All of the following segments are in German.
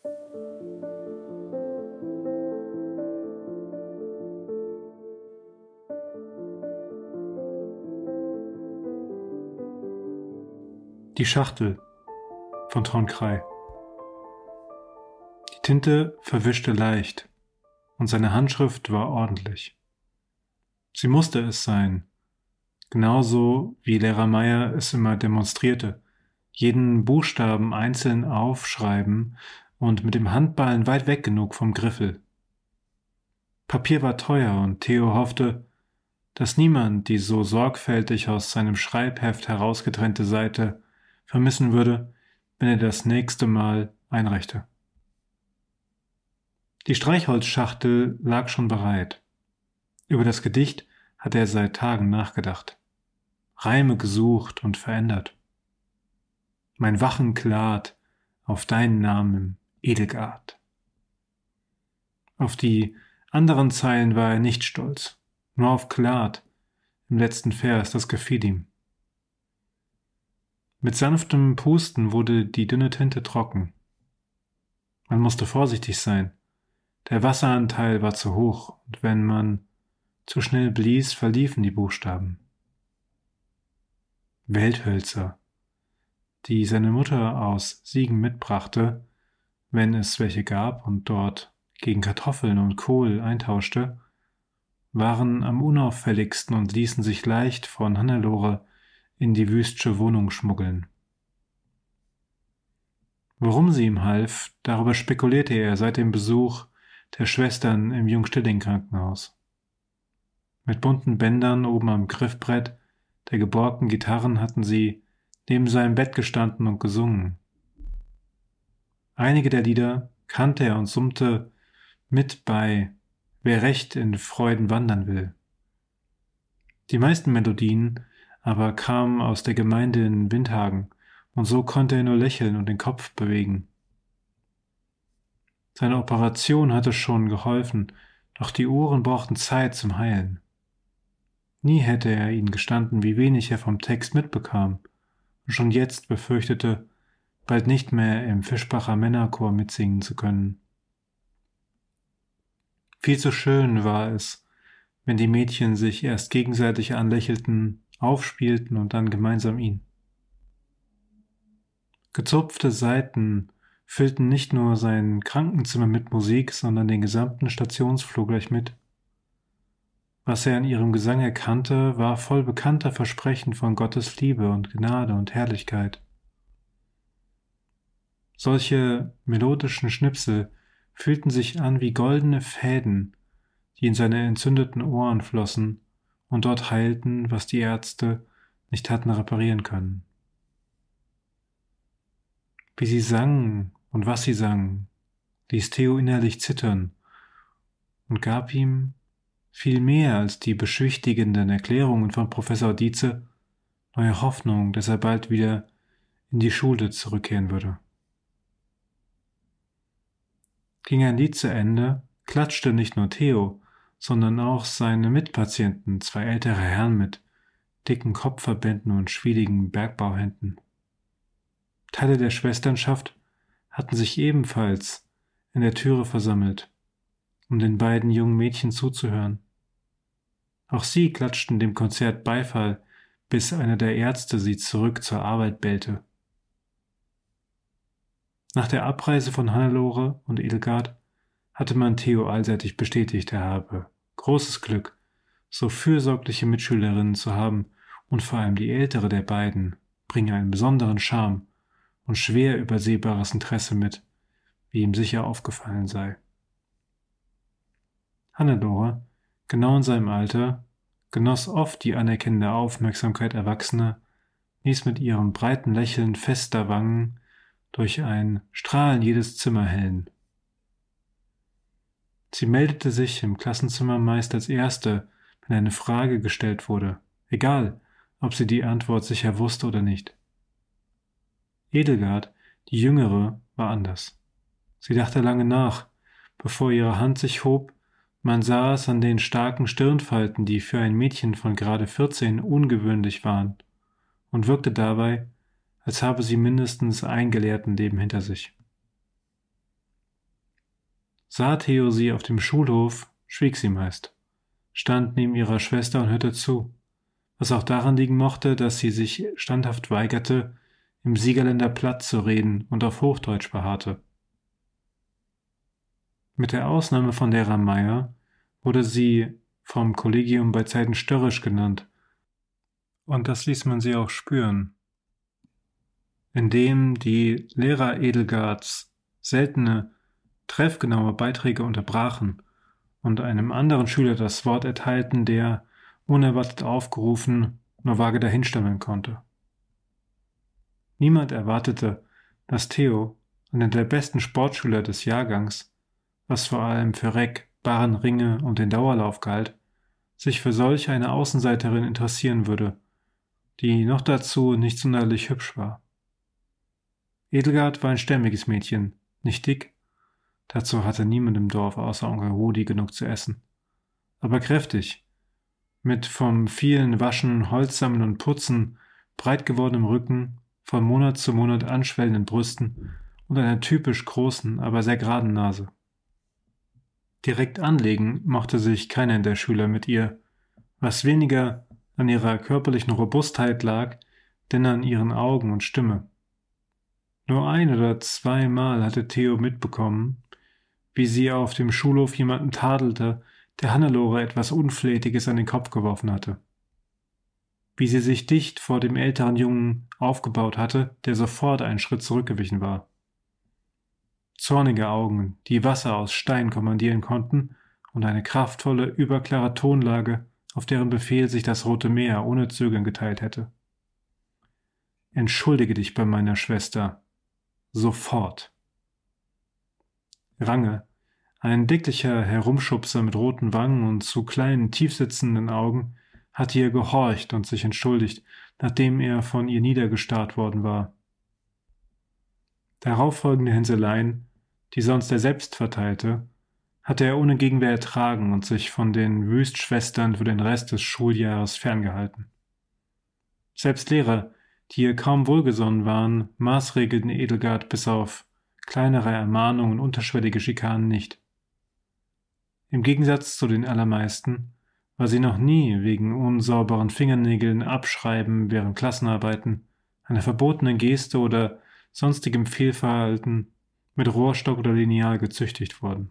Die Schachtel von Traunkrei. Die Tinte verwischte leicht und seine Handschrift war ordentlich. Sie musste es sein, genauso wie Lehrer Meier es immer demonstrierte. Jeden Buchstaben einzeln aufschreiben und mit dem Handballen weit weg genug vom Griffel. Papier war teuer und Theo hoffte, dass niemand die so sorgfältig aus seinem Schreibheft herausgetrennte Seite vermissen würde, wenn er das nächste Mal einreichte. Die Streichholzschachtel lag schon bereit. Über das Gedicht hatte er seit Tagen nachgedacht, Reime gesucht und verändert. Mein Wachen klart auf deinen Namen, Edelgard. Auf die anderen Zeilen war er nicht stolz, nur auf klart im letzten Vers, das gefiel ihm. Mit sanftem Pusten wurde die dünne Tinte trocken. Man musste vorsichtig sein. Der Wasseranteil war zu hoch, und wenn man zu schnell blies, verliefen die Buchstaben. Welthölzer, die seine Mutter aus Siegen mitbrachte, wenn es welche gab und dort gegen Kartoffeln und Kohl eintauschte, waren am unauffälligsten und ließen sich leicht von Hannelore in die wüstsche Wohnung schmuggeln. Worum sie ihm half, darüber spekulierte er seit dem Besuch der Schwestern im Jungstilling-Krankenhaus. Mit bunten Bändern oben am Griffbrett der geborgten Gitarren hatten sie neben seinem Bett gestanden und gesungen. Einige der Lieder kannte er und summte mit bei Wer recht in Freuden wandern will. Die meisten Melodien aber kamen aus der Gemeinde in Windhagen, und so konnte er nur lächeln und den Kopf bewegen. Seine Operation hatte schon geholfen, doch die Ohren brauchten Zeit zum Heilen. Nie hätte er ihnen gestanden, wie wenig er vom Text mitbekam, und schon jetzt befürchtete, bald nicht mehr im Fischbacher Männerchor mitsingen zu können. Viel zu schön war es, wenn die Mädchen sich erst gegenseitig anlächelten, aufspielten und dann gemeinsam ihn. Gezupfte Saiten füllten nicht nur sein Krankenzimmer mit Musik, sondern den gesamten Stationsflur gleich mit. Was er an ihrem Gesang erkannte, war voll bekannter Versprechen von Gottes Liebe und Gnade und Herrlichkeit. Solche melodischen Schnipsel fühlten sich an wie goldene Fäden, die in seine entzündeten Ohren flossen und dort heilten, was die Ärzte nicht hatten reparieren können. Wie sie sangen und was sie sangen, ließ Theo innerlich zittern und gab ihm viel mehr als die beschwichtigenden Erklärungen von Professor Dietze neue Hoffnung, dass er bald wieder in die Schule zurückkehren würde. Ging ein Lied zu Ende, klatschte nicht nur Theo, sondern auch seine Mitpatienten, zwei ältere Herren mit dicken Kopfverbänden und schwieligen Bergbauhänden. Teile der Schwesternschaft hatten sich ebenfalls in der Türe versammelt, um den beiden jungen Mädchen zuzuhören. Auch sie klatschten dem Konzert Beifall, bis einer der Ärzte sie zurück zur Arbeit bellte. Nach der Abreise von Hannelore und Edelgard hatte man Theo allseitig bestätigt, er habe großes Glück, so fürsorgliche Mitschülerinnen zu haben, und vor allem die ältere der beiden bringe einen besonderen Charme und schwer übersehbares Interesse mit, wie ihm sicher aufgefallen sei. Hannelore, genau in seinem Alter, genoss oft die anerkennende Aufmerksamkeit Erwachsener, ließ mit ihrem breiten Lächeln fester Wangen durch ein Strahlen jedes Zimmer hellen. Sie meldete sich im Klassenzimmer meist als Erste, wenn eine Frage gestellt wurde, egal, ob sie die Antwort sicher wusste oder nicht. Edelgard, die Jüngere, war anders. Sie dachte lange nach, bevor ihre Hand sich hob. Man sah es an den starken Stirnfalten, die für ein Mädchen von gerade 14 ungewöhnlich waren, und wirkte dabei, als habe sie mindestens ein Gelehrtenleben hinter sich. Sah Theo sie auf dem Schulhof, schwieg sie meist, stand neben ihrer Schwester und hörte zu, was auch daran liegen mochte, dass sie sich standhaft weigerte, im Siegerländer platt zu reden und auf Hochdeutsch beharrte. Mit der Ausnahme von Lehrer Meier wurde sie vom Kollegium bei Zeiten störrisch genannt, und das ließ man sie auch spüren, indem die Lehrer Edelgards seltene, treffgenaue Beiträge unterbrachen und einem anderen Schüler das Wort erteilten, der, unerwartet aufgerufen, nur vage dahinstammeln konnte. Niemand erwartete, dass Theo, einer der besten Sportschüler des Jahrgangs, was vor allem für Reck, Barren, Ringe und den Dauerlauf galt, sich für solch eine Außenseiterin interessieren würde, die noch dazu nicht sonderlich hübsch war. Edelgard war ein stämmiges Mädchen, nicht dick, dazu hatte niemand im Dorf außer Onkel Rudi genug zu essen, aber kräftig, mit vom vielen Waschen, Holzsammeln und Putzen breit gewordenem Rücken, von Monat zu Monat anschwellenden Brüsten und einer typisch großen, aber sehr geraden Nase. Direkt anlegen mochte sich keiner der Schüler mit ihr, was weniger an ihrer körperlichen Robustheit lag, denn an ihren Augen und Stimme. Nur ein oder zweimal hatte Theo mitbekommen, wie sie auf dem Schulhof jemanden tadelte, der Hannelore etwas Unflätiges an den Kopf geworfen hatte. Wie sie sich dicht vor dem älteren Jungen aufgebaut hatte, der sofort einen Schritt zurückgewichen war. Zornige Augen, die Wasser aus Stein kommandieren konnten, und eine kraftvolle, überklare Tonlage, auf deren Befehl sich das Rote Meer ohne Zögern geteilt hätte. Entschuldige dich bei meiner Schwester. Sofort. Range, ein dicklicher Herumschubser mit roten Wangen und zu kleinen, tiefsitzenden Augen, hatte ihr gehorcht und sich entschuldigt, nachdem er von ihr niedergestarrt worden war. Darauffolgende Hänseleien, die sonst er selbst verteilte, hatte er ohne Gegenwehr ertragen und sich von den Wüstschwestern für den Rest des Schuljahres ferngehalten. Selbst Lehrer, die ihr kaum wohlgesonnen waren, maßregelten Edelgard bis auf kleinere Ermahnungen und unterschwellige Schikanen nicht. Im Gegensatz zu den allermeisten war sie noch nie wegen unsauberen Fingernägeln, Abschreiben während Klassenarbeiten, einer verbotenen Geste oder sonstigem Fehlverhalten mit Rohrstock oder Lineal gezüchtigt worden.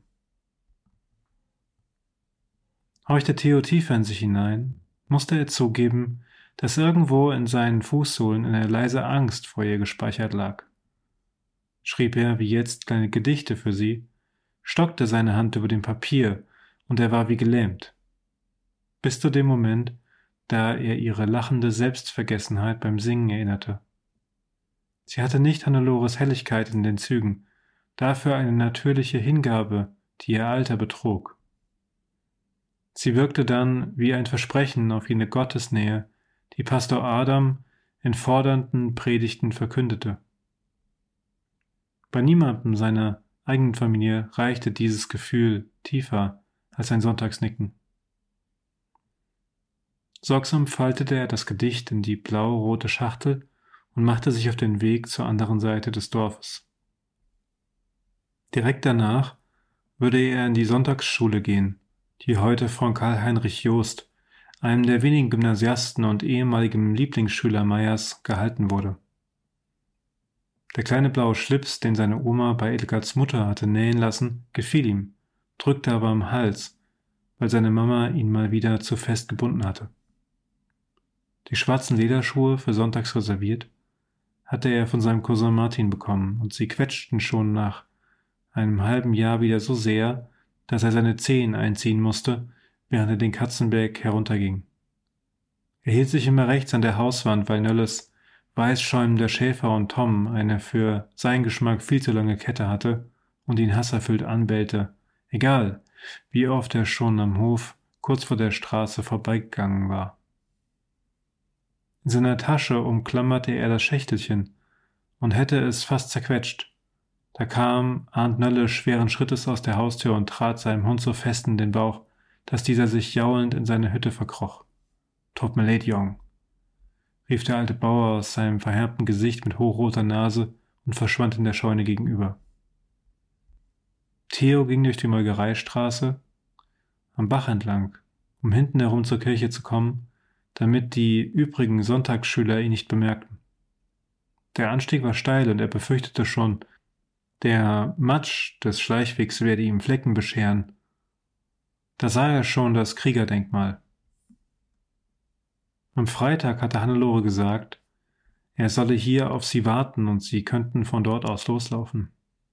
Horchte Theo tiefer in sich hinein, musste er zugeben, dass irgendwo in seinen Fußsohlen eine leise Angst vor ihr gespeichert lag. Schrieb er wie jetzt kleine Gedichte für sie, stockte seine Hand über dem Papier und er war wie gelähmt. Bis zu dem Moment, da er ihre lachende Selbstvergessenheit beim Singen erinnerte. Sie hatte nicht Hannelores Helligkeit in den Zügen, dafür eine natürliche Hingabe, die ihr Alter betrug. Sie wirkte dann wie ein Versprechen auf jene Gottesnähe, die Pastor Adam in fordernden Predigten verkündete. Bei niemandem seiner eigenen Familie reichte dieses Gefühl tiefer als ein Sonntagsnicken. Sorgsam faltete er das Gedicht in die blau-rote Schachtel und machte sich auf den Weg zur anderen Seite des Dorfes. Direkt danach würde er in die Sonntagsschule gehen, die heute von Karl-Heinrich Joost, einem der wenigen Gymnasiasten und ehemaligem Lieblingsschüler Meyers, gehalten wurde. Der kleine blaue Schlips, den seine Oma bei Edelgards Mutter hatte nähen lassen, gefiel ihm, drückte aber am Hals, weil seine Mama ihn mal wieder zu fest gebunden hatte. Die schwarzen Lederschuhe, für sonntags reserviert, hatte er von seinem Cousin Martin bekommen, und sie quetschten schon nach einem halben Jahr wieder so sehr, dass er seine Zehen einziehen musste, während er den Katzenberg herunterging. Er hielt sich immer rechts an der Hauswand, weil Nölles weißschäumender Schäfer und Tom eine für seinen Geschmack viel zu lange Kette hatte und ihn hasserfüllt anbellte, egal wie oft er schon am Hof kurz vor der Straße vorbeigegangen war. In seiner Tasche umklammerte er das Schächtelchen und hätte es fast zerquetscht. Da kam Arndt Nölle schweren Schrittes aus der Haustür und trat seinem Hund so fest in den Bauch, dass dieser sich jaulend in seine Hütte verkroch. »Tut mir leid, Jong«, rief der alte Bauer aus seinem verhärmten Gesicht mit hochroter Nase und verschwand in der Scheune gegenüber. Theo ging durch die Molkereistraße am Bach entlang, um hinten herum zur Kirche zu kommen, damit die übrigen Sonntagsschüler ihn nicht bemerkten. Der Anstieg war steil und er befürchtete schon, der Matsch des Schleichwegs werde ihm Flecken bescheren. Da sah er schon das Kriegerdenkmal. Am Freitag hatte Hannelore gesagt, er solle hier auf sie warten und sie könnten von dort aus loslaufen.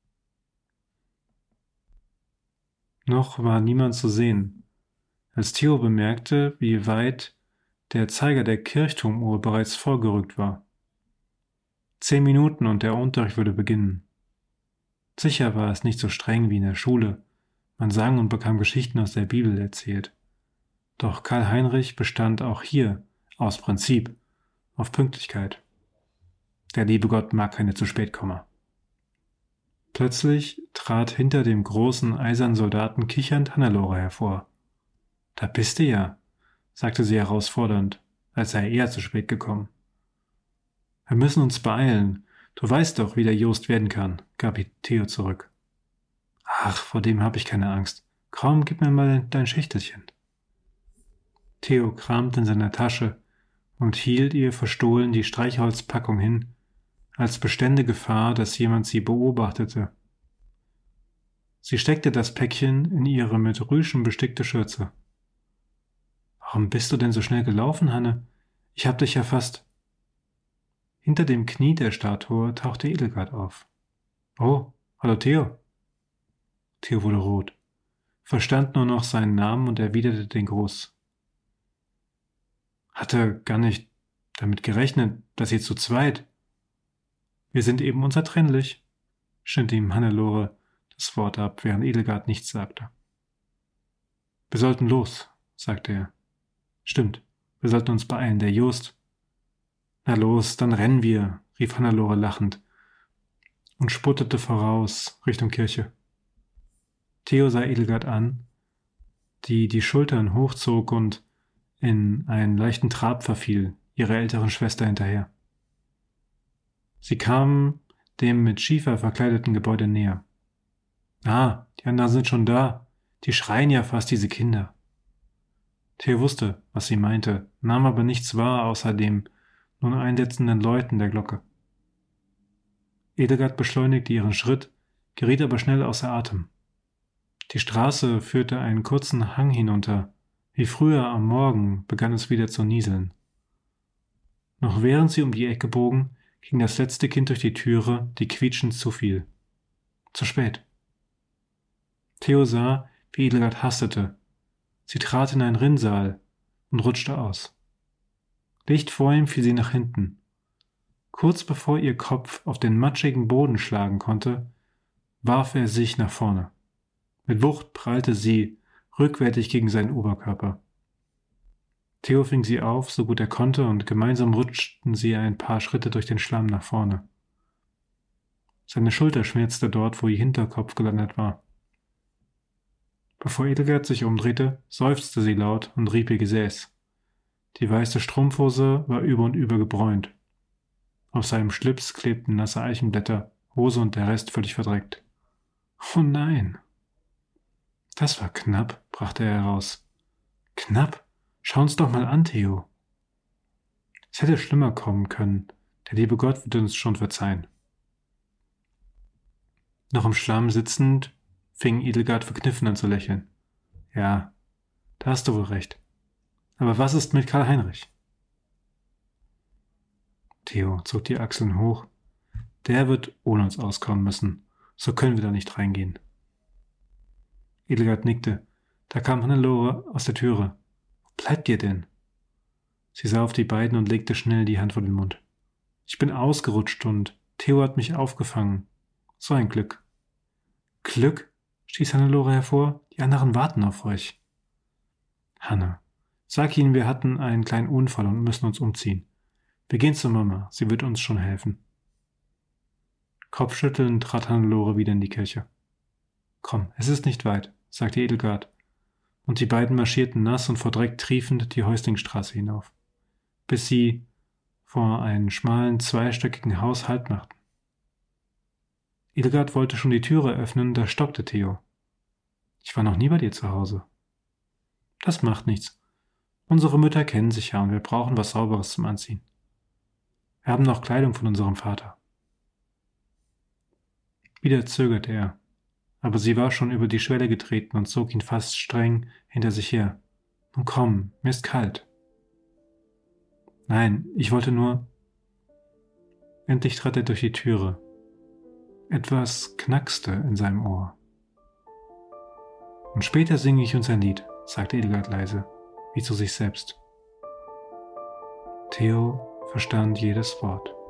Noch war niemand zu sehen, als Theo bemerkte, wie weit der Zeiger der Kirchturmuhr bereits vorgerückt war. 10 Minuten und der Unterricht würde beginnen. Sicher war es nicht so streng wie in der Schule. Man sang und bekam Geschichten aus der Bibel erzählt. Doch Karl Heinrich bestand auch hier, aus Prinzip, auf Pünktlichkeit. Der liebe Gott mag keine zu spät Komma. Plötzlich trat hinter dem großen eisernen Soldaten kichernd Hannelore hervor. »Da bist du ja«, sagte sie herausfordernd, als sei er zu spät gekommen. »Wir müssen uns beeilen. Du weißt doch, wie der Jost werden kann«, gab ihr Theo zurück. »Ach, vor dem habe ich keine Angst. Komm, gib mir mal dein Schächtelchen.« Theo kramte in seiner Tasche und hielt ihr verstohlen die Streichholzpackung hin, als bestände Gefahr, dass jemand sie beobachtete. Sie steckte das Päckchen in ihre mit Rüschen bestickte Schürze. »Warum bist du denn so schnell gelaufen, Hanne? Ich hab dich ja fast...« Hinter dem Knie der Statue tauchte Edelgard auf. »Oh, hallo Theo.« Theo wurde rot, verstand nur noch seinen Namen und erwiderte den Gruß. »Hatte gar nicht damit gerechnet, dass ihr zu zweit...« »Wir sind eben unzertrennlich«, schnitt ihm Hannelore das Wort ab, während Edelgard nichts sagte. »Wir sollten los«, sagte er. »Stimmt, wir sollten uns beeilen, der Jost...« »Na los, dann rennen wir«, rief Hannelore lachend und sputtete voraus Richtung Kirche. Theo sah Edelgard an, die die Schultern hochzog und in einen leichten Trab verfiel, ihrer älteren Schwester hinterher. Sie kamen dem mit Schiefer verkleideten Gebäude näher. »Ah, die anderen sind schon da. Die schreien ja fast, diese Kinder.« Theo wusste, was sie meinte, nahm aber nichts wahr außer dem nun einsetzenden Läuten der Glocke. Edelgard beschleunigte ihren Schritt, geriet aber schnell außer Atem. Die Straße führte einen kurzen Hang hinunter. Wie früher am Morgen begann es wieder zu nieseln. Noch während sie um die Ecke bogen, ging das letzte Kind durch die Türe, die quietschend zufiel. Zu spät. Theo sah, wie Edelgard hastete. Sie trat in einen Rinnsal und rutschte aus. Dicht vor ihm fiel sie nach hinten. Kurz bevor ihr Kopf auf den matschigen Boden schlagen konnte, warf er sich nach vorne. Mit Wucht prallte sie rückwärtig gegen seinen Oberkörper. Theo fing sie auf, so gut er konnte, und gemeinsam rutschten sie ein paar Schritte durch den Schlamm nach vorne. Seine Schulter schmerzte dort, wo ihr Hinterkopf gelandet war. Bevor Edelgard sich umdrehte, seufzte sie laut und rieb ihr Gesäß. Die weiße Strumpfhose war über und über gebräunt. Auf seinem Schlips klebten nasse Eichenblätter, Hose und der Rest völlig verdreckt. »Oh nein!« »Das war knapp«, brachte er heraus. »Knapp? Schau uns doch mal an, Theo.« »Es hätte schlimmer kommen können. Der liebe Gott wird uns schon verzeihen.« Noch im Schlamm sitzend, fing Edelgard verkniffen an zu lächeln. »Ja, da hast du wohl recht. Aber was ist mit Karl Heinrich?« Theo zog die Achseln hoch. »Der wird ohne uns auskommen müssen. So können wir da nicht reingehen.« Edelgard nickte. Da kam Hannelore aus der Türe. »Wo bleibt ihr denn?« Sie sah auf die beiden und legte schnell die Hand vor den Mund. »Ich bin ausgerutscht und Theo hat mich aufgefangen. So ein Glück.« »Glück?«, stieß Hannelore hervor. »Die anderen warten auf euch.« »Hanne, sag ihnen, wir hatten einen kleinen Unfall und müssen uns umziehen. Wir gehen zu Mama, sie wird uns schon helfen.« Kopfschüttelnd trat Hannelore wieder in die Kirche. »Komm, es ist nicht weit«, sagte Edelgard, und die beiden marschierten nass und vor Dreck triefend die Häuslingstraße hinauf, bis sie vor einem schmalen, zweistöckigen Haus Halt machten. Hildegard wollte schon die Türe öffnen, da stockte Theo. Ich war noch nie bei dir zu Hause. Das macht nichts. Unsere Mütter kennen sich ja und wir brauchen was Sauberes zum Anziehen. Wir haben noch Kleidung von unserem Vater. Wieder zögerte er, aber sie war schon über die Schwelle getreten und zog ihn fast streng hinter sich her. Nun komm, mir ist kalt. Nein, ich wollte nur... Endlich trat er durch die Türe. Etwas knackste in seinem Ohr. Und später singe ich uns ein Lied, sagte Hildegard leise, wie zu sich selbst. Theo verstand jedes Wort.